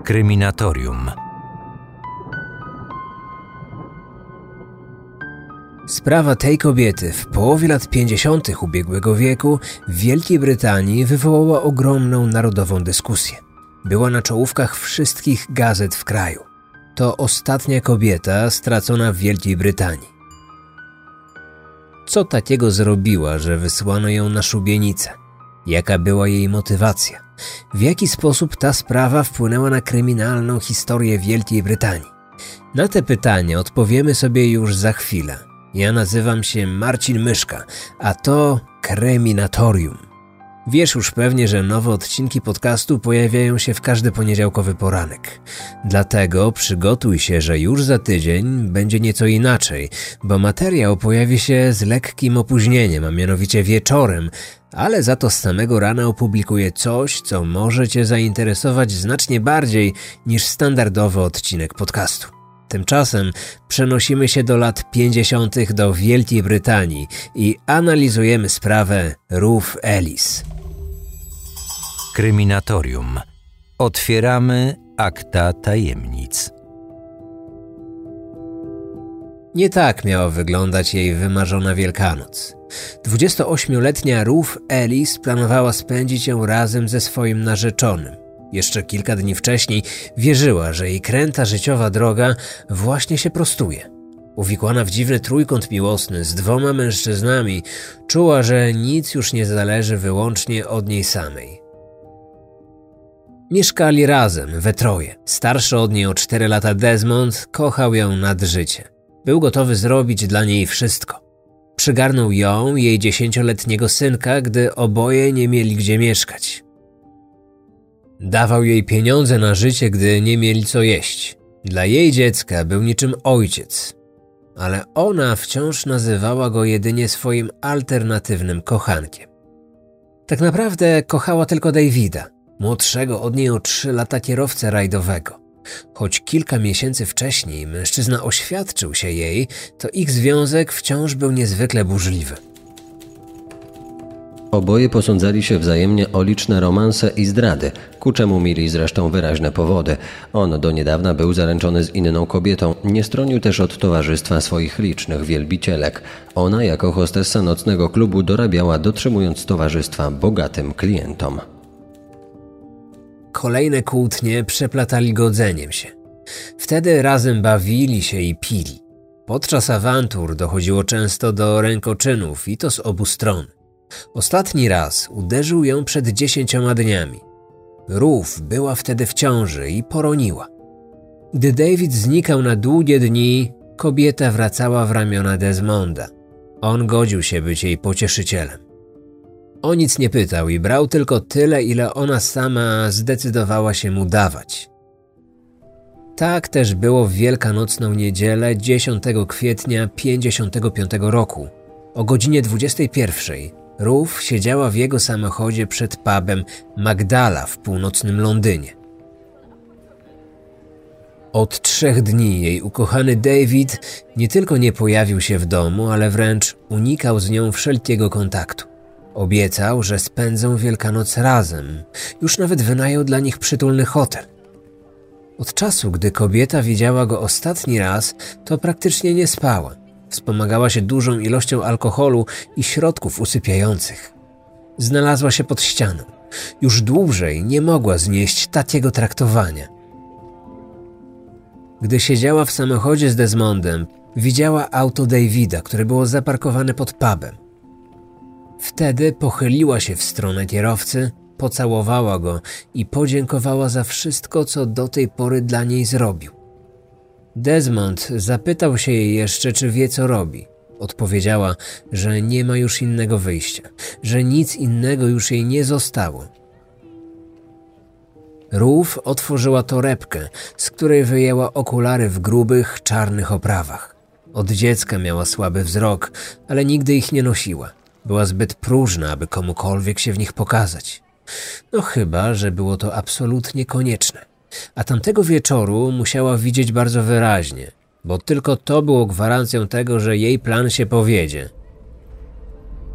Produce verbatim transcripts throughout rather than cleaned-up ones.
Kryminatorium. Sprawa tej kobiety w połowie lat pięćdziesiątych ubiegłego wieku w Wielkiej Brytanii wywołała ogromną narodową dyskusję. Była na czołówkach wszystkich gazet w kraju. To ostatnia kobieta stracona w Wielkiej Brytanii. Co takiego zrobiła, że wysłano ją na szubienicę? Jaka była jej motywacja? W jaki sposób ta sprawa wpłynęła na kryminalną historię Wielkiej Brytanii? Na te pytania odpowiemy sobie już za chwilę. Ja nazywam się Marcin Myszka, a to Kryminatorium. Wiesz już pewnie, że nowe odcinki podcastu pojawiają się w każdy poniedziałkowy poranek. Dlatego przygotuj się, że już za tydzień będzie nieco inaczej, bo materiał pojawi się z lekkim opóźnieniem, a mianowicie wieczorem, ale za to z samego rana opublikuję coś, co może Cię zainteresować znacznie bardziej niż standardowy odcinek podcastu. Tymczasem przenosimy się do lat pięćdziesiątych do Wielkiej Brytanii i analizujemy sprawę Ruth Ellis. Kryminatorium. Otwieramy akta tajemnic. Nie tak miała wyglądać jej wymarzona Wielkanoc. dwudziestoośmioletnia Ruth Ellis planowała spędzić ją razem ze swoim narzeczonym. Jeszcze kilka dni wcześniej wierzyła, że jej kręta życiowa droga właśnie się prostuje. Uwikłana w dziwny trójkąt miłosny z dwoma mężczyznami, czuła, że nic już nie zależy wyłącznie od niej samej. Mieszkali razem, we troje. Starszy od niej o cztery lata Desmond kochał ją nad życie. Był gotowy zrobić dla niej wszystko. Przygarnął ją i jej dziesięcioletniego synka, gdy oboje nie mieli gdzie mieszkać. Dawał jej pieniądze na życie, gdy nie mieli co jeść. Dla jej dziecka był niczym ojciec, ale ona wciąż nazywała go jedynie swoim alternatywnym kochankiem. Tak naprawdę kochała tylko Davida, młodszego od niej o trzy lata kierowcę rajdowego. Choć kilka miesięcy wcześniej mężczyzna oświadczył się jej, to ich związek wciąż był niezwykle burzliwy. Oboje posądzali się wzajemnie o liczne romanse i zdrady, ku czemu mieli zresztą wyraźne powody. On do niedawna był zaręczony z inną kobietą, nie stronił też od towarzystwa swoich licznych wielbicielek. Ona jako hostessa nocnego klubu dorabiała, dotrzymując towarzystwa bogatym klientom. Kolejne kłótnie przeplatali godzeniem się. Wtedy razem bawili się i pili. Podczas awantur dochodziło często do rękoczynów i to z obu stron. Ostatni raz uderzył ją przed dziesięcioma dniami. Ruth była wtedy w ciąży i poroniła. Gdy David znikał na długie dni, kobieta wracała w ramiona Desmonda. On godził się być jej pocieszycielem. O nic nie pytał i brał tylko tyle, ile ona sama zdecydowała się mu dawać. Tak też było w wielkanocną niedzielę dziesiątego kwietnia pięćdziesiątego piątego roku. O godzinie dwudziestej pierwszej Ruth siedziała w jego samochodzie przed pubem Magdala w północnym Londynie. Od trzech dni jej ukochany David nie tylko nie pojawił się w domu, ale wręcz unikał z nią wszelkiego kontaktu. Obiecał, że spędzą Wielkanoc razem. Już nawet wynajął dla nich przytulny hotel. Od czasu, gdy kobieta widziała go ostatni raz, to praktycznie nie spała. Wspomagała się dużą ilością alkoholu i środków usypiających. Znalazła się pod ścianą. Już dłużej nie mogła znieść takiego traktowania. Gdy siedziała w samochodzie z Desmondem, widziała auto Davida, które było zaparkowane pod pubem. Wtedy pochyliła się w stronę kierowcy, pocałowała go i podziękowała za wszystko, co do tej pory dla niej zrobił. Desmond zapytał się jej jeszcze, czy wie, co robi. Odpowiedziała, że nie ma już innego wyjścia, że nic innego już jej nie zostało. Ruth otworzyła torebkę, z której wyjęła okulary w grubych, czarnych oprawach. Od dziecka miała słaby wzrok, ale nigdy ich nie nosiła. Była zbyt próżna, aby komukolwiek się w nich pokazać. No chyba, że było to absolutnie konieczne. A tamtego wieczoru musiała widzieć bardzo wyraźnie, bo tylko to było gwarancją tego, że jej plan się powiedzie.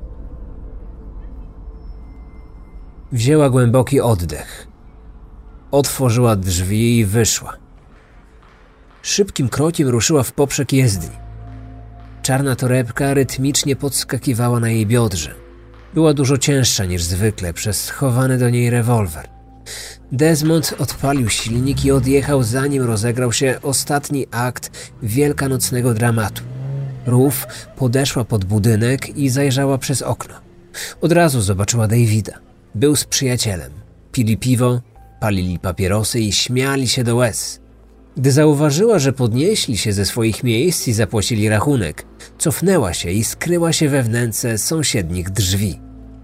Wzięła głęboki oddech. otworzyła drzwi i wyszła. Szybkim krokiem ruszyła w poprzek jezdni. Czarna torebka rytmicznie podskakiwała na jej biodrze. Była dużo cięższa niż zwykle przez schowany do niej rewolwer. Desmond odpalił silnik i odjechał, zanim rozegrał się ostatni akt wielkanocnego dramatu. Ruth podeszła pod budynek i zajrzała przez okno. Od razu zobaczyła Davida. Był z przyjacielem. Pili piwo, palili papierosy i śmiali się do łez. Gdy zauważyła, że podnieśli się ze swoich miejsc i zapłacili rachunek, cofnęła się i skryła się we wnętrze sąsiednich drzwi.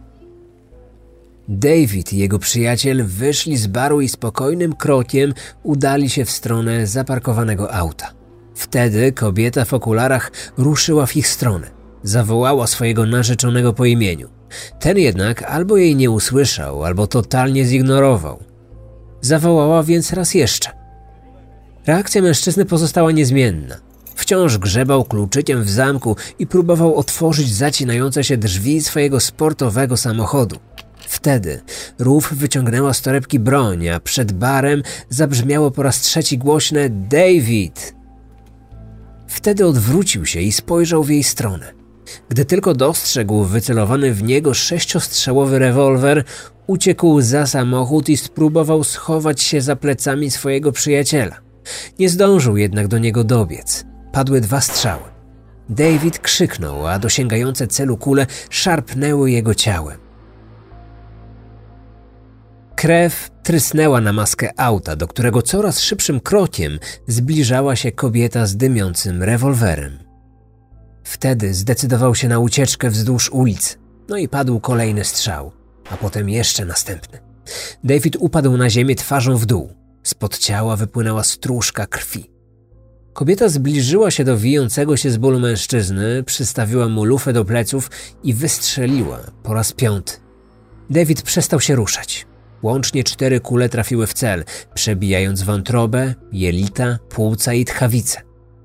David i jego przyjaciel wyszli z baru i spokojnym krokiem udali się w stronę zaparkowanego auta. Wtedy kobieta w okularach ruszyła w ich stronę. Zawołała swojego narzeczonego po imieniu. Ten jednak albo jej nie usłyszał, albo totalnie zignorował. Zawołała więc raz jeszcze. Reakcja mężczyzny pozostała niezmienna. Wciąż grzebał kluczykiem w zamku i próbował otworzyć zacinające się drzwi swojego sportowego samochodu. Wtedy Ruth wyciągnęła z torebki broń, a przed barem zabrzmiało po raz trzeci głośne David. Wtedy odwrócił się i spojrzał w jej stronę. Gdy tylko dostrzegł wycelowany w niego sześciostrzałowy rewolwer, uciekł za samochód i spróbował schować się za plecami swojego przyjaciela. Nie zdążył jednak do niego dobiec. Padły dwa strzały. David krzyknął, a dosięgające celu kule szarpnęły jego ciałem. Krew trysnęła na maskę auta, do którego coraz szybszym krokiem zbliżała się kobieta z dymiącym rewolwerem. Wtedy zdecydował się na ucieczkę wzdłuż ulicy, no i padł kolejny strzał, a potem jeszcze następny. David upadł na ziemię twarzą w dół. Spod ciała wypłynęła stróżka krwi. Kobieta zbliżyła się do wijącego się z bólu mężczyzny, przystawiła mu lufę do pleców i wystrzeliła po raz piąty. David przestał się ruszać. Łącznie cztery kule trafiły w cel, przebijając wątrobę, jelita, płuca i tchawicę.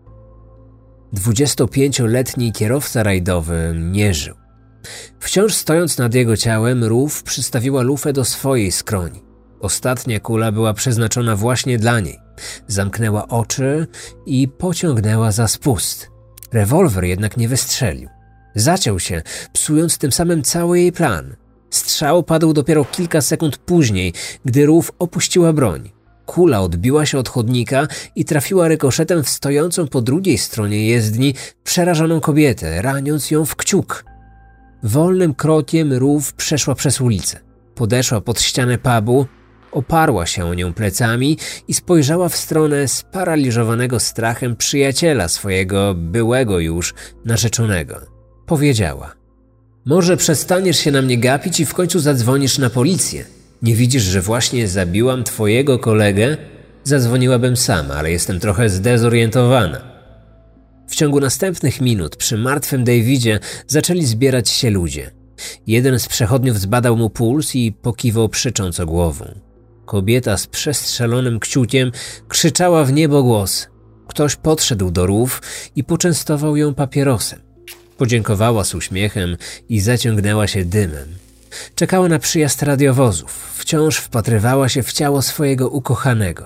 Dwudziestopięcioletni kierowca rajdowy nie żył. Wciąż stojąc nad jego ciałem, Ruth przystawiła lufę do swojej skroni. Ostatnia kula była przeznaczona właśnie dla niej. Zamknęła oczy i pociągnęła za spust. Rewolwer jednak nie wystrzelił. Zaciął się, psując tym samym cały jej plan. Strzał padł dopiero kilka sekund później, gdy Ruth opuściła broń. Kula odbiła się od chodnika i trafiła rykoszetem w stojącą po drugiej stronie jezdni przerażoną kobietę, raniąc ją w kciuk. Wolnym krokiem Ruth przeszła przez ulicę. Podeszła pod ścianę pubu, oparła się o nią plecami i spojrzała w stronę sparaliżowanego strachem przyjaciela swojego byłego już narzeczonego. Powiedziała: może przestaniesz się na mnie gapić i w końcu zadzwonisz na policję. Nie widzisz, że właśnie zabiłam twojego kolegę? Zadzwoniłabym sama, ale jestem trochę zdezorientowana. W ciągu następnych minut przy martwym Davidzie zaczęli zbierać się ludzie. Jeden z przechodniów zbadał mu puls i pokiwał przecząco głową. Kobieta z przestrzelonym kciukiem krzyczała w niebogłos. Ktoś podszedł do Ruth i poczęstował ją papierosem. Podziękowała z uśmiechem i zaciągnęła się dymem. Czekała na przyjazd radiowozów. Wciąż wpatrywała się w ciało swojego ukochanego.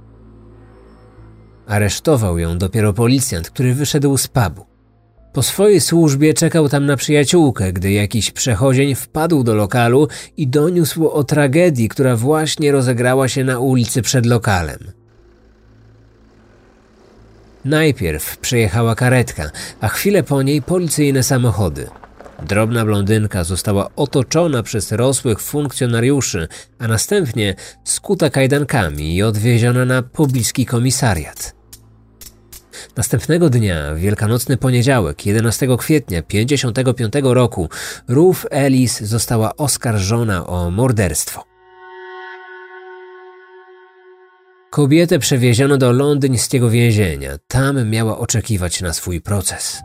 Aresztował ją dopiero policjant, który wyszedł z pubu. Po swojej służbie czekał tam na przyjaciółkę, gdy jakiś przechodzień wpadł do lokalu i doniósł o tragedii, która właśnie rozegrała się na ulicy przed lokalem. Najpierw przyjechała karetka, a chwilę po niej policyjne samochody. Drobna blondynka została otoczona przez rosłych funkcjonariuszy, a następnie skuta kajdankami i odwieziona na pobliski komisariat. Następnego dnia, wielkanocny poniedziałek, jedenastego kwietnia pięćdziesiątego piątego roku, Ruth Ellis została oskarżona o morderstwo. Kobietę przewieziono do londyńskiego więzienia. Tam miała oczekiwać na swój proces.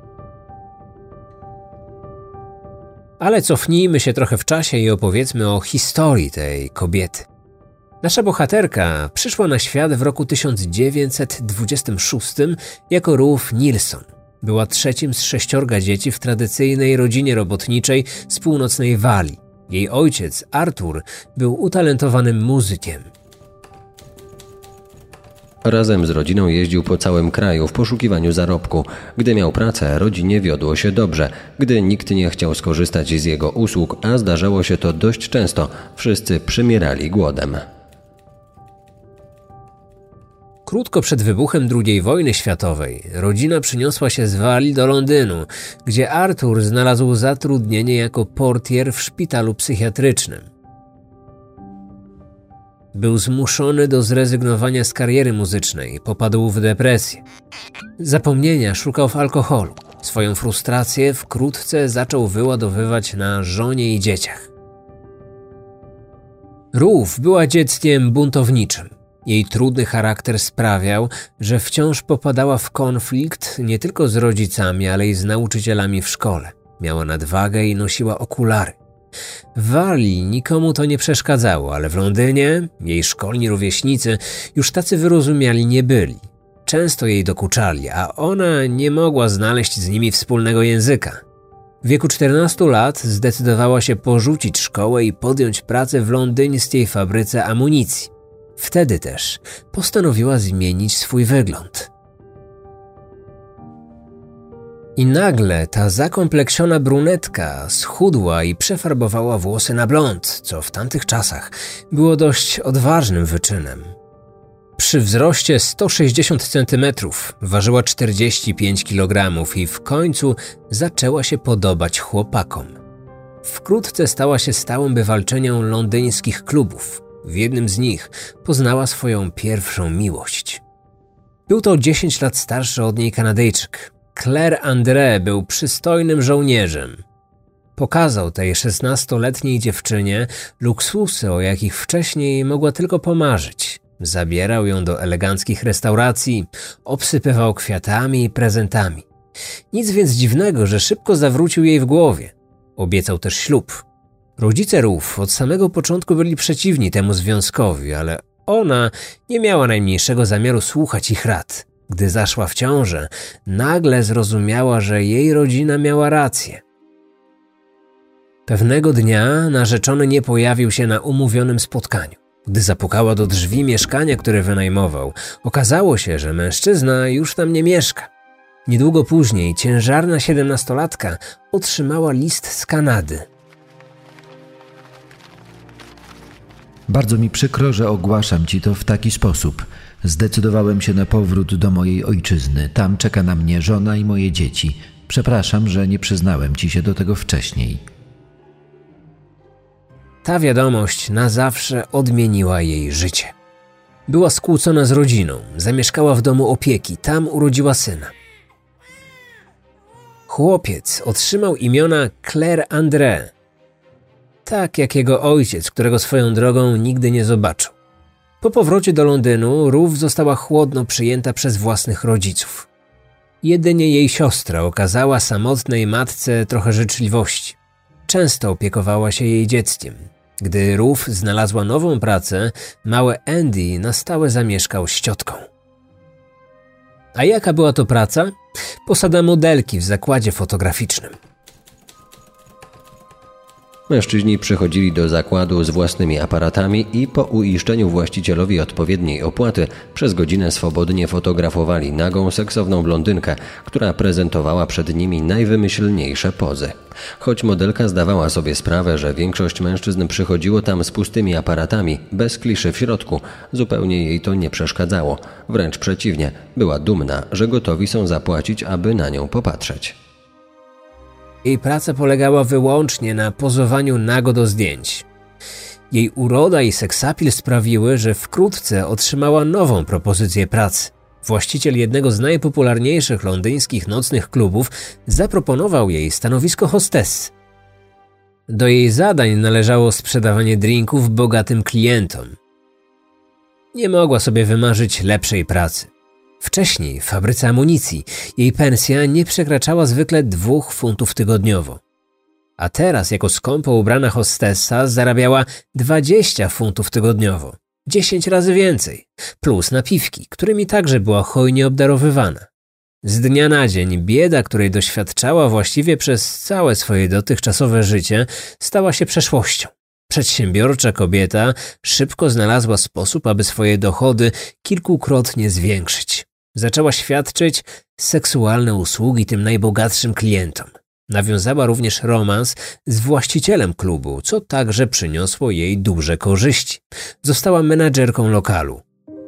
Ale cofnijmy się trochę w czasie i opowiedzmy o historii tej kobiety. Nasza bohaterka przyszła na świat w roku tysiąc dziewięćset dwudziestym szóstym jako Ruth Nilsson. Była trzecim z sześciorga dzieci w tradycyjnej rodzinie robotniczej z północnej Walii. Jej ojciec, Arthur, był utalentowanym muzykiem. Razem z rodziną jeździł po całym kraju w poszukiwaniu zarobku. Gdy miał pracę, rodzinie wiodło się dobrze. Gdy nikt nie chciał skorzystać z jego usług, a zdarzało się to dość często, wszyscy przymierali głodem. Krótko przed wybuchem drugiej wojny światowej rodzina przyniosła się z Walii do Londynu, gdzie Arthur znalazł zatrudnienie jako portier w szpitalu psychiatrycznym. Był zmuszony do zrezygnowania z kariery muzycznej, popadł w depresję. Zapomnienia szukał w alkoholu. Swoją frustrację wkrótce zaczął wyładowywać na żonie i dzieciach. Ruth była dzieckiem buntowniczym. Jej trudny charakter sprawiał, że wciąż popadała w konflikt nie tylko z rodzicami, ale i z nauczycielami w szkole. Miała nadwagę i nosiła okulary. W Walii nikomu to nie przeszkadzało, ale w Londynie jej szkolni rówieśnicy już tacy wyrozumiali nie byli. Często jej dokuczali, a ona nie mogła znaleźć z nimi wspólnego języka. W wieku czternastu lat zdecydowała się porzucić szkołę i podjąć pracę w londyńskiej fabryce amunicji. Wtedy też postanowiła zmienić swój wygląd. I nagle ta zakompleksiona brunetka schudła i przefarbowała włosy na blond, co w tamtych czasach było dość odważnym wyczynem. Przy wzroście sto sześćdziesiąt centymetrów ważyła czterdzieści pięć kilogramów i w końcu zaczęła się podobać chłopakom. Wkrótce stała się stałą bywalczynią londyńskich klubów. W jednym z nich poznała swoją pierwszą miłość. Był to dziesięć lat starszy od niej Kanadyjczyk. Claire André był przystojnym żołnierzem. Pokazał tej szesnastoletniej dziewczynie luksusy, o jakich wcześniej mogła tylko pomarzyć. Zabierał ją do eleganckich restauracji, obsypywał kwiatami i prezentami. Nic więc dziwnego, że szybko zawrócił jej w głowie. Obiecał też ślub. Rodzice Ruth od samego początku byli przeciwni temu związkowi, ale ona nie miała najmniejszego zamiaru słuchać ich rad. Gdy zaszła w ciążę, nagle zrozumiała, że jej rodzina miała rację. Pewnego dnia narzeczony nie pojawił się na umówionym spotkaniu. Gdy zapukała do drzwi mieszkania, które wynajmował, okazało się, że mężczyzna już tam nie mieszka. Niedługo później ciężarna siedemnastolatka otrzymała list z Kanady. Bardzo mi przykro, że ogłaszam ci to w taki sposób. Zdecydowałem się na powrót do mojej ojczyzny. Tam czeka na mnie żona i moje dzieci. Przepraszam, że nie przyznałem ci się do tego wcześniej. Ta wiadomość na zawsze odmieniła jej życie. Była skłócona z rodziną, zamieszkała w domu opieki, tam urodziła syna. Chłopiec otrzymał imiona Claire André, tak jak jego ojciec, którego swoją drogą nigdy nie zobaczył. Po powrocie do Londynu Ruth została chłodno przyjęta przez własnych rodziców. Jedynie jej siostra okazała samotnej matce trochę życzliwości. Często opiekowała się jej dzieckiem. Gdy Ruth znalazła nową pracę, mały Andy na stałe zamieszkał z ciotką. A jaka była to praca? Posada modelki w zakładzie fotograficznym. Mężczyźni przychodzili do zakładu z własnymi aparatami i po uiszczeniu właścicielowi odpowiedniej opłaty przez godzinę swobodnie fotografowali nagą, seksowną blondynkę, która prezentowała przed nimi najwymyślniejsze pozy. Choć modelka zdawała sobie sprawę, że większość mężczyzn przychodziło tam z pustymi aparatami, bez kliszy w środku, zupełnie jej to nie przeszkadzało. Wręcz przeciwnie, była dumna, że gotowi są zapłacić, aby na nią popatrzeć. Jej praca polegała wyłącznie na pozowaniu nago do zdjęć. Jej uroda i seksapil sprawiły, że wkrótce otrzymała nową propozycję pracy. Właściciel jednego z najpopularniejszych londyńskich nocnych klubów zaproponował jej stanowisko hostessy. Do jej zadań należało sprzedawanie drinków bogatym klientom. Nie mogła sobie wymarzyć lepszej pracy. Wcześniej w fabryce amunicji jej pensja nie przekraczała zwykle dwóch funtów tygodniowo. A teraz jako skąpo ubrana hostessa zarabiała dwadzieścia funtów tygodniowo, dziesięć razy więcej, plus napiwki, którymi także była hojnie obdarowywana. Z dnia na dzień bieda, której doświadczała właściwie przez całe swoje dotychczasowe życie, stała się przeszłością. Przedsiębiorcza kobieta szybko znalazła sposób, aby swoje dochody kilkukrotnie zwiększyć. Zaczęła świadczyć seksualne usługi tym najbogatszym klientom. Nawiązała również romans z właścicielem klubu, co także przyniosło jej duże korzyści. Została menadżerką lokalu.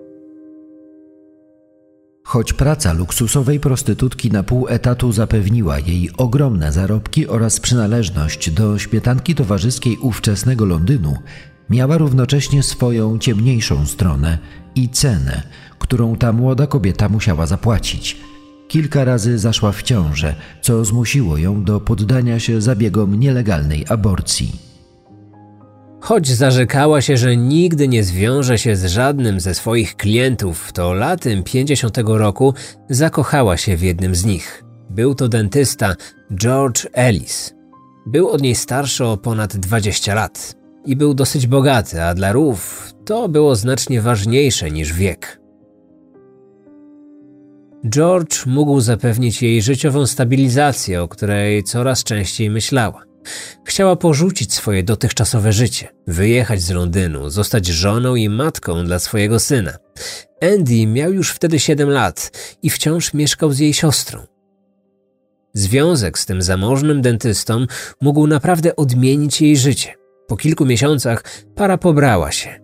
Choć praca luksusowej prostytutki na pół etatu zapewniła jej ogromne zarobki oraz przynależność do śmietanki towarzyskiej ówczesnego Londynu, miała równocześnie swoją ciemniejszą stronę i cenę, którą ta młoda kobieta musiała zapłacić. Kilka razy zaszła w ciążę, co zmusiło ją do poddania się zabiegom nielegalnej aborcji. Choć zarzekała się, że nigdy nie zwiąże się z żadnym ze swoich klientów, to latem pięćdziesiątego roku zakochała się w jednym z nich. Był to dentysta George Ellis. Był od niej starszy o ponad dwadzieścia lat i był dosyć bogaty, a dla Ruth to było znacznie ważniejsze niż wiek. George mógł zapewnić jej życiową stabilizację, o której coraz częściej myślała. Chciała porzucić swoje dotychczasowe życie, wyjechać z Londynu, zostać żoną i matką dla swojego syna. Andy miał już wtedy siedem lat i wciąż mieszkał z jej siostrą. Związek z tym zamożnym dentystą mógł naprawdę odmienić jej życie. Po kilku miesiącach para pobrała się.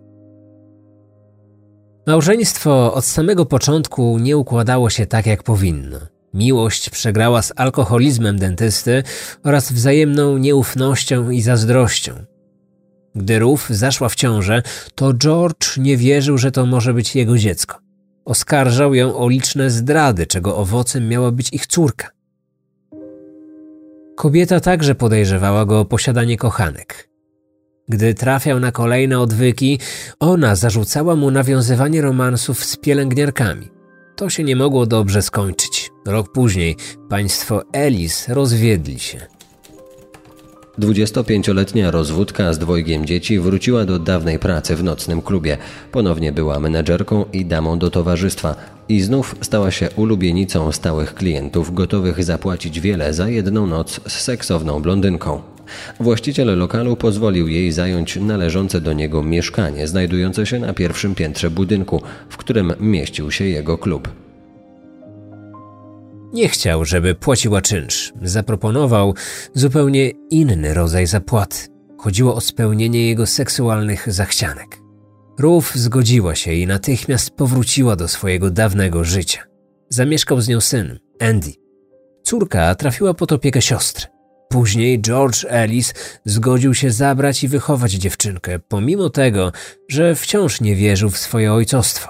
Małżeństwo od samego początku nie układało się tak, jak powinno. Miłość przegrała z alkoholizmem dentysty oraz wzajemną nieufnością i zazdrością. Gdy Ruth zaszła w ciążę, to George nie wierzył, że to może być jego dziecko. Oskarżał ją o liczne zdrady, czego owocem miała być ich córka. Kobieta także podejrzewała go o posiadanie kochanek. Gdy trafiał na kolejne odwyki, ona zarzucała mu nawiązywanie romansów z pielęgniarkami. To się nie mogło dobrze skończyć. Rok później państwo Ellis rozwiedli się. dwudziestopięcioletnia rozwódka z dwojgiem dzieci wróciła do dawnej pracy w nocnym klubie. Ponownie była menedżerką i damą do towarzystwa i znów stała się ulubienicą stałych klientów gotowych zapłacić wiele za jedną noc z seksowną blondynką. Właściciel lokalu pozwolił jej zająć należące do niego mieszkanie znajdujące się na pierwszym piętrze budynku, w którym mieścił się jego klub. Nie chciał, żeby płaciła czynsz. Zaproponował zupełnie inny rodzaj zapłaty. Chodziło o spełnienie jego seksualnych zachcianek. Ruth zgodziła się i natychmiast powróciła do swojego dawnego życia. Zamieszkał z nią syn, Andy. Córka trafiła pod opiekę siostry. Później George Ellis zgodził się zabrać i wychować dziewczynkę, pomimo tego, że wciąż nie wierzył w swoje ojcostwo.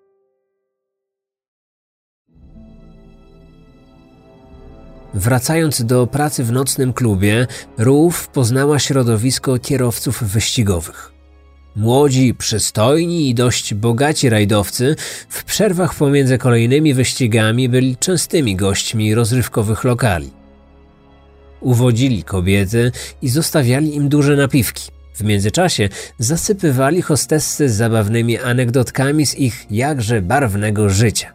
Wracając do pracy w nocnym klubie, Ruth poznała środowisko kierowców wyścigowych. Młodzi, przystojni i dość bogaci rajdowcy w przerwach pomiędzy kolejnymi wyścigami byli częstymi gośćmi rozrywkowych lokali. Uwodzili kobiety i zostawiali im duże napiwki. W międzyczasie zasypywali hostessy zabawnymi anegdotkami z ich jakże barwnego życia.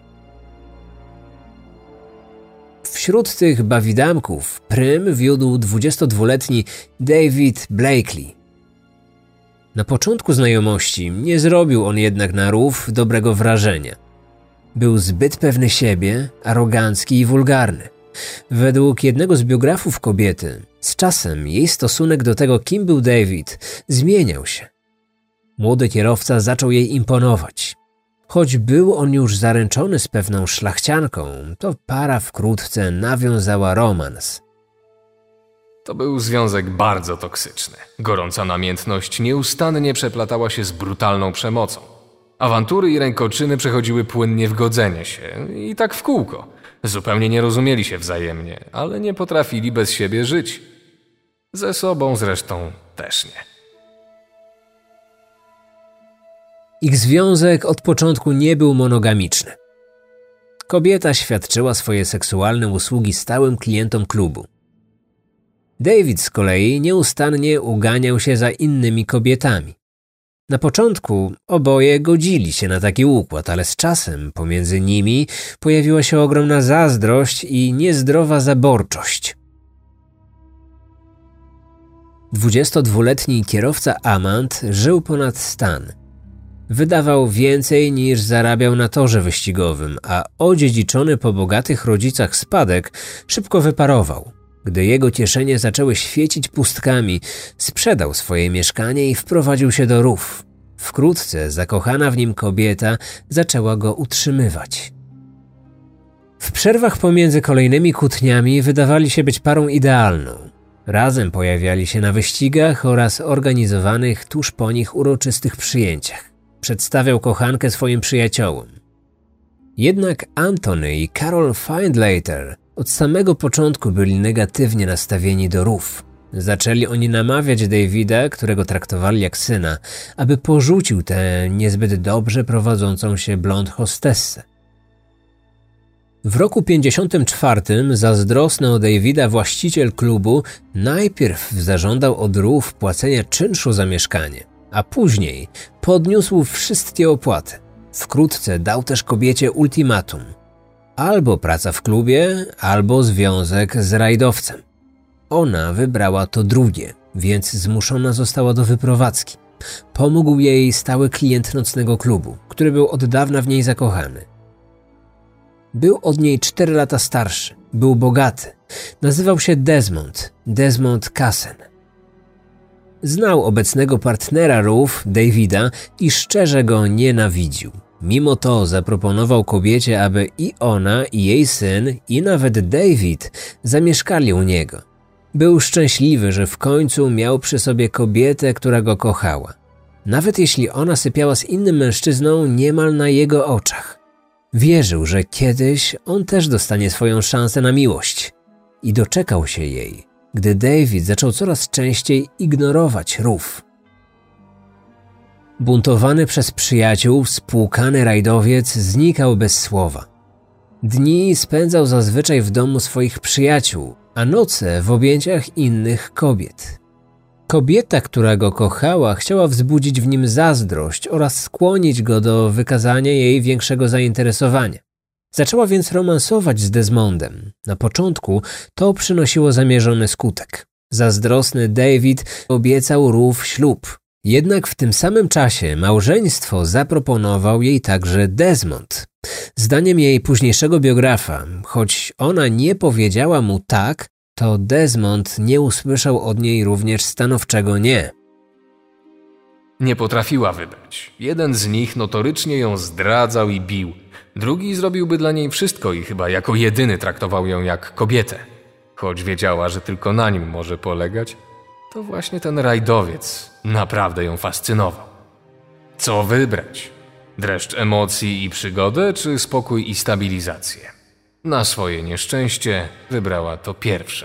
Wśród tych bawidamków prym wiódł dwudziestodwuletni David Blakely. Na początku znajomości nie zrobił on jednak na Ruth dobrego wrażenia. Był zbyt pewny siebie, arogancki i wulgarny. Według jednego z biografów kobiety, z czasem jej stosunek do tego, kim był David, zmieniał się. Młody kierowca zaczął jej imponować. Choć był on już zaręczony z pewną szlachcianką, to para wkrótce nawiązała romans. To był związek bardzo toksyczny. Gorąca namiętność nieustannie przeplatała się z brutalną przemocą. Awantury i rękoczyny przechodziły płynnie w godzenie się i tak w kółko. Zupełnie nie rozumieli się wzajemnie, ale nie potrafili bez siebie żyć. Ze sobą zresztą też nie. Ich związek od początku nie był monogamiczny. Kobieta świadczyła swoje seksualne usługi stałym klientom klubu. David z kolei nieustannie uganiał się za innymi kobietami. Na początku oboje godzili się na taki układ, ale z czasem pomiędzy nimi pojawiła się ogromna zazdrość, zazdrość i niezdrowa zaborczość. dwudziestodwuletni kierowca Amand żył ponad stan. Wydawał więcej niż zarabiał na torze wyścigowym, a odziedziczony po bogatych rodzicach spadek szybko wyparował. Gdy jego kieszenie zaczęły świecić pustkami, sprzedał swoje mieszkanie i wprowadził się do Ruth. Wkrótce zakochana w nim kobieta zaczęła go utrzymywać. W przerwach pomiędzy kolejnymi kłótniami wydawali się być parą idealną. Razem pojawiali się na wyścigach oraz organizowanych tuż po nich uroczystych przyjęciach. Przedstawiał kochankę swoim przyjaciołom. Jednak Anthony i Carol Findlater od samego początku byli negatywnie nastawieni do Ruth. Zaczęli oni namawiać Davida, którego traktowali jak syna, aby porzucił tę niezbyt dobrze prowadzącą się blond hostessę. W roku pięćdziesiątym czwartym zazdrosny o Davida właściciel klubu najpierw zażądał od Ruth płacenia czynszu za mieszkanie, a później podniósł wszystkie opłaty. Wkrótce dał też kobiecie ultimatum. Albo praca w klubie, albo związek z rajdowcem. Ona wybrała to drugie, więc zmuszona została do wyprowadzki. Pomógł jej stały klient nocnego klubu, który był od dawna w niej zakochany. Był od niej cztery lata starszy, był bogaty. Nazywał się Desmond, Desmond Cassen. Znał obecnego partnera Ruth, Davida, i szczerze go nienawidził. Mimo to zaproponował kobiecie, aby i ona, i jej syn, i nawet David zamieszkali u niego. Był szczęśliwy, że w końcu miał przy sobie kobietę, która go kochała. Nawet jeśli ona sypiała z innym mężczyzną niemal na jego oczach. Wierzył, że kiedyś on też dostanie swoją szansę na miłość. I doczekał się jej, gdy David zaczął coraz częściej ignorować Ruth. Buntowany przez przyjaciół, spłukany rajdowiec znikał bez słowa. Dni spędzał zazwyczaj w domu swoich przyjaciół, a noce w objęciach innych kobiet. Kobieta, która go kochała, chciała wzbudzić w nim zazdrość oraz skłonić go do wykazania jej większego zainteresowania. Zaczęła więc romansować z Desmondem. Na początku to przynosiło zamierzony skutek. Zazdrosny David obiecał Ruth ślub. Jednak w tym samym czasie małżeństwo zaproponował jej także Desmond. Zdaniem jej późniejszego biografa, choć ona nie powiedziała mu tak, to Desmond nie usłyszał od niej również stanowczego nie. Nie potrafiła wybrać. Jeden z nich notorycznie ją zdradzał i bił. Drugi zrobiłby dla niej wszystko i chyba jako jedyny traktował ją jak kobietę. Choć wiedziała, że tylko na nim może polegać, to właśnie ten rajdowiec naprawdę ją fascynował. Co wybrać? Dreszcz emocji i przygodę, czy spokój i stabilizację? Na swoje nieszczęście wybrała to pierwsze.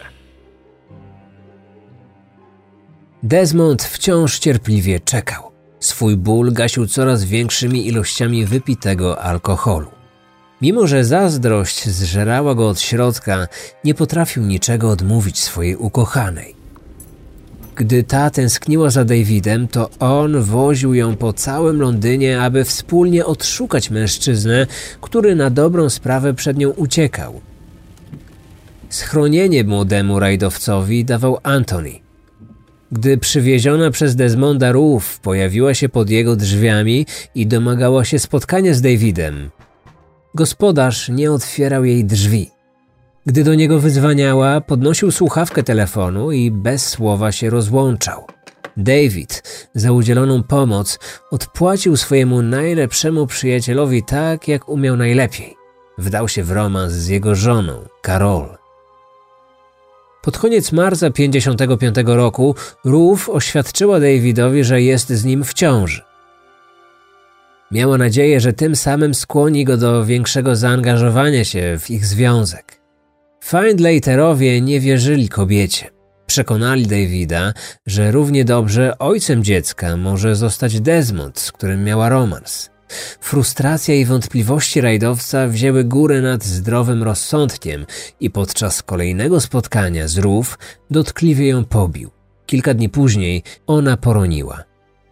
Desmond wciąż cierpliwie czekał. Swój ból gasił coraz większymi ilościami wypitego alkoholu. Mimo że zazdrość zżerała go od środka, nie potrafił niczego odmówić swojej ukochanej. Gdy ta tęskniła za Davidem, to on woził ją po całym Londynie, aby wspólnie odszukać mężczyznę, który na dobrą sprawę przed nią uciekał. Schronienie młodemu rajdowcowi dawał Anthony. Gdy przywieziona przez Desmonda Ruth pojawiła się pod jego drzwiami i domagała się spotkania z Davidem, gospodarz nie otwierał jej drzwi. Gdy do niego wydzwaniała, podnosił słuchawkę telefonu i bez słowa się rozłączał. David za udzieloną pomoc odpłacił swojemu najlepszemu przyjacielowi tak, jak umiał najlepiej. Wdał się w romans z jego żoną, Carol. Pod koniec marca pięćdziesiątego piątego roku Ruth oświadczyła Davidowi, że jest z nim w ciąży. Miała nadzieję, że tym samym skłoni go do większego zaangażowania się w ich związek. Findlaterowie nie wierzyli kobiecie. Przekonali Davida, że równie dobrze ojcem dziecka może zostać Desmond, z którym miała romans. Frustracja i wątpliwości rajdowca wzięły górę nad zdrowym rozsądkiem i podczas kolejnego spotkania z Ruth dotkliwie ją pobił. Kilka dni później ona poroniła.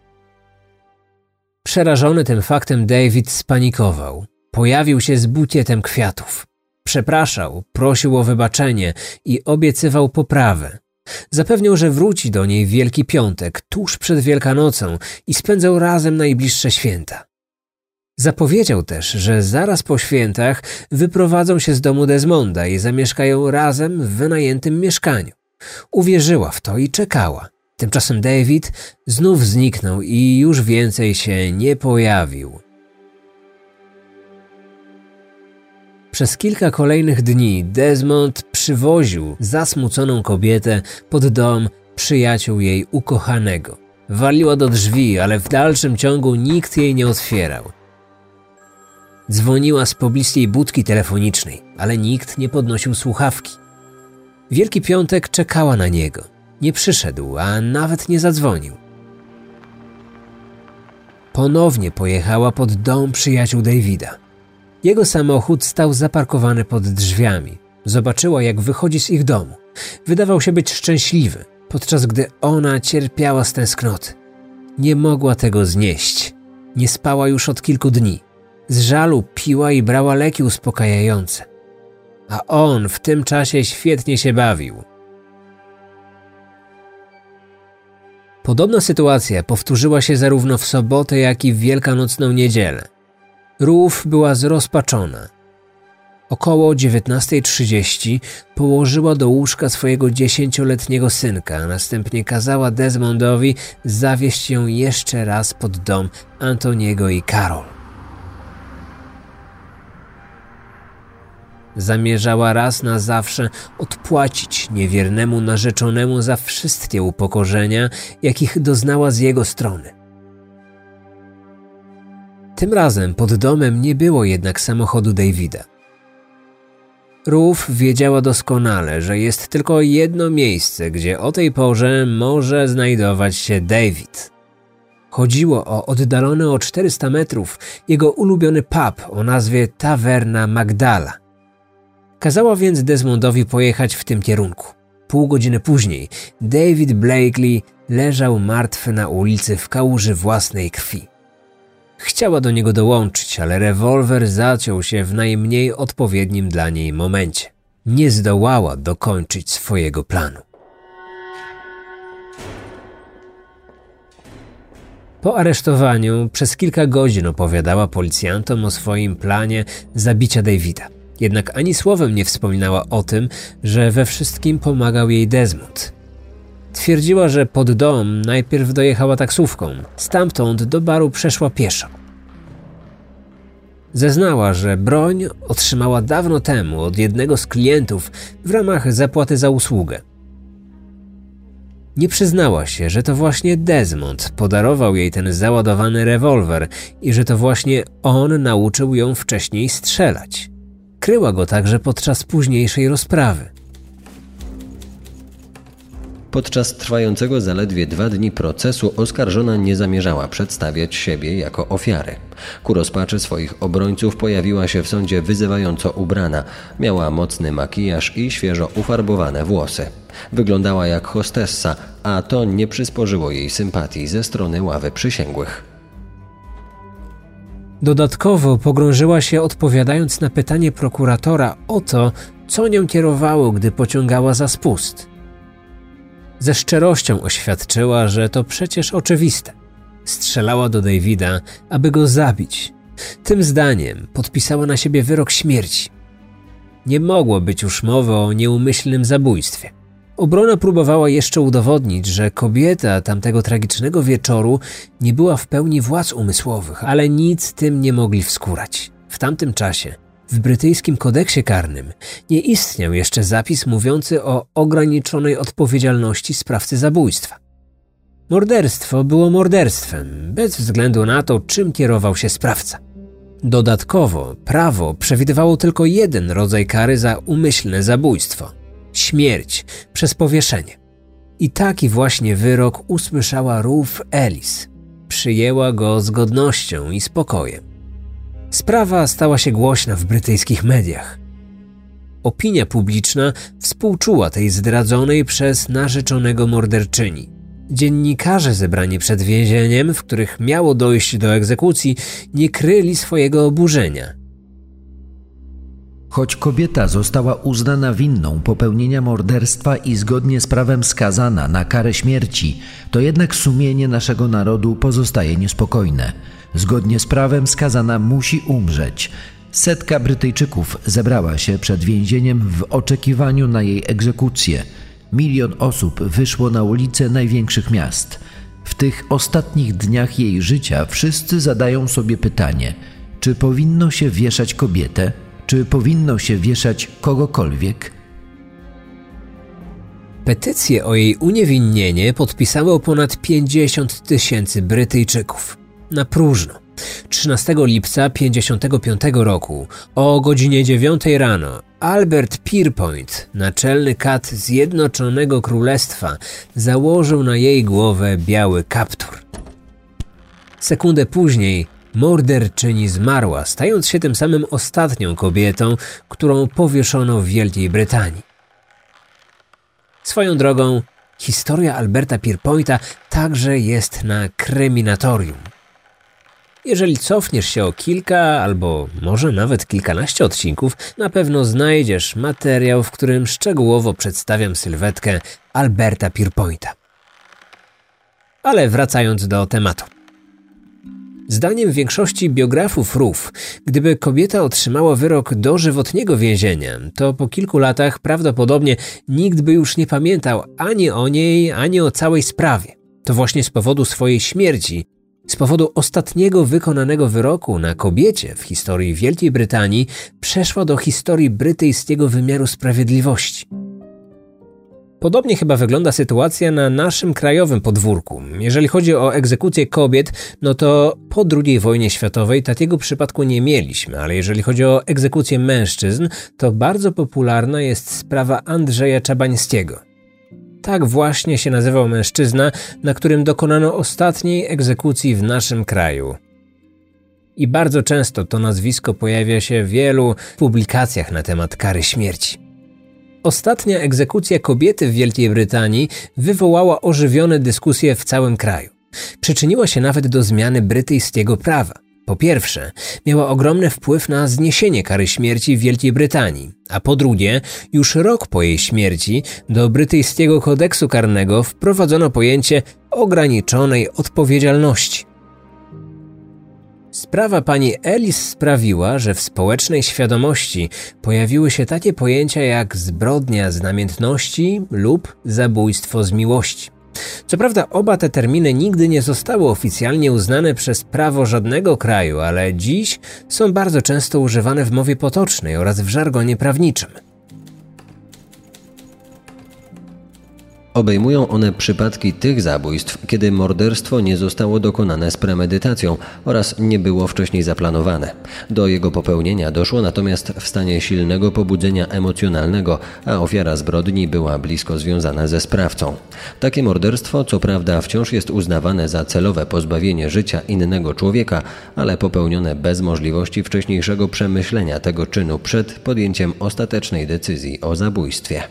Przerażony tym faktem David spanikował. Pojawił się z bukietem kwiatów. Przepraszał, prosił o wybaczenie i obiecywał poprawę. Zapewniał, że wróci do niej w Wielki Piątek, tuż przed Wielkanocą i spędzą razem najbliższe święta. Zapowiedział też, że zaraz po świętach wyprowadzą się z domu Desmonda i zamieszkają razem w wynajętym mieszkaniu. Uwierzyła w to i czekała. Tymczasem David znów zniknął i już więcej się nie pojawił. Przez kilka kolejnych dni Desmond przywoził zasmuconą kobietę pod dom przyjaciół jej ukochanego. Waliła do drzwi, ale w dalszym ciągu nikt jej nie otwierał. Dzwoniła z pobliskiej budki telefonicznej, ale nikt nie podnosił słuchawki. Wielki Piątek czekała na niego. Nie przyszedł, a nawet nie zadzwonił. Ponownie pojechała pod dom przyjaciół Davida. Jego samochód stał zaparkowany pod drzwiami. Zobaczyła, jak wychodzi z ich domu. Wydawał się być szczęśliwy, podczas gdy ona cierpiała z tęsknoty. Nie mogła tego znieść. Nie spała już od kilku dni. Z żalu piła i brała leki uspokajające. A on w tym czasie świetnie się bawił. Podobna sytuacja powtórzyła się zarówno w sobotę, jak i w wielkanocną niedzielę. Ruth była zrozpaczona. Około dziewiętnasta trzydzieści położyła do łóżka swojego dziesięcioletniego synka, a następnie kazała Desmondowi zawieźć ją jeszcze raz pod dom Antoniego i Carol. Zamierzała raz na zawsze odpłacić niewiernemu narzeczonemu za wszystkie upokorzenia, jakich doznała z jego strony. Tym razem pod domem nie było jednak samochodu Davida. Ruth wiedziała doskonale, że jest tylko jedno miejsce, gdzie o tej porze może znajdować się David. Chodziło o oddalony o czterysta metrów jego ulubiony pub o nazwie Tawerna Magdala. Kazała więc Desmondowi pojechać w tym kierunku. Pół godziny później David Blakely leżał martwy na ulicy w kałuży własnej krwi. Chciała do niego dołączyć, ale rewolwer zaciął się w najmniej odpowiednim dla niej momencie. Nie zdołała dokończyć swojego planu. Po aresztowaniu przez kilka godzin opowiadała policjantom o swoim planie zabicia Davida. Jednak ani słowem nie wspominała o tym, że we wszystkim pomagał jej Desmond. Twierdziła, że pod dom najpierw dojechała taksówką, stamtąd do baru przeszła pieszo. Zeznała, że broń otrzymała dawno temu od jednego z klientów w ramach zapłaty za usługę. Nie przyznała się, że to właśnie Desmond podarował jej ten załadowany rewolwer i że to właśnie on nauczył ją wcześniej strzelać. Kryła go także podczas późniejszej rozprawy. Podczas trwającego zaledwie dwa dni procesu oskarżona nie zamierzała przedstawiać siebie jako ofiary. Ku rozpaczy swoich obrońców pojawiła się w sądzie wyzywająco ubrana. Miała mocny makijaż i świeżo ufarbowane włosy. Wyglądała jak hostessa, a to nie przysporzyło jej sympatii ze strony ławy przysięgłych. Dodatkowo pogrążyła się odpowiadając na pytanie prokuratora o to, co nią kierowało, gdy pociągała za spust. Ze szczerością oświadczyła, że to przecież oczywiste. Strzelała do Davida, aby go zabić. Tym zdaniem podpisała na siebie wyrok śmierci. Nie mogło być już mowy o nieumyślnym zabójstwie. Obrona próbowała jeszcze udowodnić, że kobieta tamtego tragicznego wieczoru nie była w pełni władz umysłowych, ale nic tym nie mogli wskórać. W tamtym czasie w brytyjskim kodeksie karnym nie istniał jeszcze zapis mówiący o ograniczonej odpowiedzialności sprawcy zabójstwa. Morderstwo było morderstwem, bez względu na to, czym kierował się sprawca. Dodatkowo prawo przewidywało tylko jeden rodzaj kary za umyślne zabójstwo – śmierć przez powieszenie. I taki właśnie wyrok usłyszała Ruth Ellis. Przyjęła go z godnością i spokojem. Sprawa stała się głośna w brytyjskich mediach. Opinia publiczna współczuła tej zdradzonej przez narzeczonego morderczyni. Dziennikarze zebrani przed więzieniem, w których miało dojść do egzekucji, nie kryli swojego oburzenia. Choć kobieta została uznana winną popełnienia morderstwa i zgodnie z prawem skazana na karę śmierci, to jednak sumienie naszego narodu pozostaje niespokojne. Zgodnie z prawem skazana musi umrzeć. Setka Brytyjczyków zebrała się przed więzieniem w oczekiwaniu na jej egzekucję. Milion osób wyszło na ulice największych miast. W tych ostatnich dniach jej życia wszyscy zadają sobie pytanie, czy powinno się wieszać kobietę, czy powinno się wieszać kogokolwiek? Petycję o jej uniewinnienie podpisało ponad pięćdziesiąt tysięcy Brytyjczyków. Na próżno. trzynastego lipca pięćdziesiątego piątego roku o godzinie dziewiątej rano Albert Pierpoint, naczelny kat Zjednoczonego Królestwa, założył na jej głowę biały kaptur. Sekundę później morderczyni zmarła, stając się tym samym ostatnią kobietą, którą powieszono w Wielkiej Brytanii. Swoją drogą, historia Alberta Pierpointa także jest na Kryminatorium. Jeżeli cofniesz się o kilka albo może nawet kilkanaście odcinków, na pewno znajdziesz materiał, w którym szczegółowo przedstawiam sylwetkę Alberta Pierpointa. Ale wracając do tematu. Zdaniem większości biografów R U F, gdyby kobieta otrzymała wyrok dożywotniego więzienia, to po kilku latach prawdopodobnie nikt by już nie pamiętał ani o niej, ani o całej sprawie. To właśnie z powodu swojej śmierci, z powodu ostatniego wykonanego wyroku na kobiecie w historii Wielkiej Brytanii, przeszła do historii brytyjskiego wymiaru sprawiedliwości. Podobnie chyba wygląda sytuacja na naszym krajowym podwórku. Jeżeli chodzi o egzekucję kobiet, no to po drugiej wojnie światowej takiego przypadku nie mieliśmy, ale jeżeli chodzi o egzekucję mężczyzn, to bardzo popularna jest sprawa Andrzeja Czabańskiego. Tak właśnie się nazywał mężczyzna, na którym dokonano ostatniej egzekucji w naszym kraju. I bardzo często to nazwisko pojawia się w wielu publikacjach na temat kary śmierci. Ostatnia egzekucja kobiety w Wielkiej Brytanii wywołała ożywione dyskusje w całym kraju. Przyczyniła się nawet do zmiany brytyjskiego prawa. Po pierwsze, miała ogromny wpływ na zniesienie kary śmierci w Wielkiej Brytanii, a po drugie, już rok po jej śmierci do brytyjskiego kodeksu karnego wprowadzono pojęcie ograniczonej odpowiedzialności. Sprawa pani Ellis sprawiła, że w społecznej świadomości pojawiły się takie pojęcia jak zbrodnia z namiętności lub zabójstwo z miłości. Co prawda oba te terminy nigdy nie zostały oficjalnie uznane przez prawo żadnego kraju, ale dziś są bardzo często używane w mowie potocznej oraz w żargonie prawniczym. Obejmują one przypadki tych zabójstw, kiedy morderstwo nie zostało dokonane z premedytacją oraz nie było wcześniej zaplanowane. Do jego popełnienia doszło natomiast w stanie silnego pobudzenia emocjonalnego, a ofiara zbrodni była blisko związana ze sprawcą. Takie morderstwo co prawda wciąż jest uznawane za celowe pozbawienie życia innego człowieka, ale popełnione bez możliwości wcześniejszego przemyślenia tego czynu przed podjęciem ostatecznej decyzji o zabójstwie.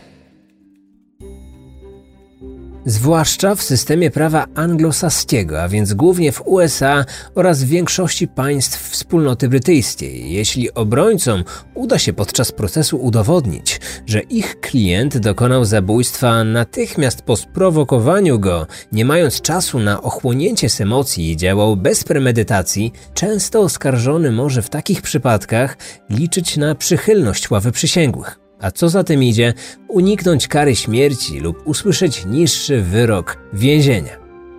Zwłaszcza w systemie prawa anglosaskiego, a więc głównie w U S A oraz w większości państw wspólnoty brytyjskiej. Jeśli obrońcom uda się podczas procesu udowodnić, że ich klient dokonał zabójstwa natychmiast po sprowokowaniu go, nie mając czasu na ochłonięcie z emocji i działał bez premedytacji, często oskarżony może w takich przypadkach liczyć na przychylność ławy przysięgłych. A co za tym idzie, uniknąć kary śmierci lub usłyszeć niższy wyrok więzienia.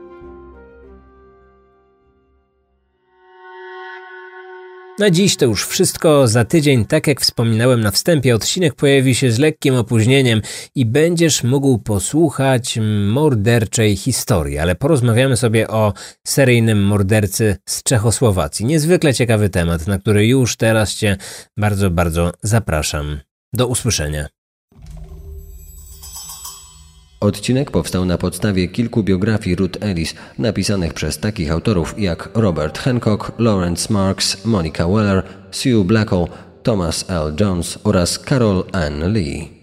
Na dziś to już wszystko. Za tydzień, tak jak wspominałem na wstępie, odcinek pojawi się z lekkim opóźnieniem i będziesz mógł posłuchać morderczej historii, ale porozmawiamy sobie o seryjnym mordercy z Czechosłowacji. Niezwykle ciekawy temat, na który już teraz Cię bardzo, bardzo zapraszam. Do usłyszenia. Odcinek powstał na podstawie kilku biografii Ruth Ellis, napisanych przez takich autorów jak Robert Hancock, Lawrence Marks, Monica Weller, Sue Blackwell, Thomas L. Jones oraz Carol Ann Lee.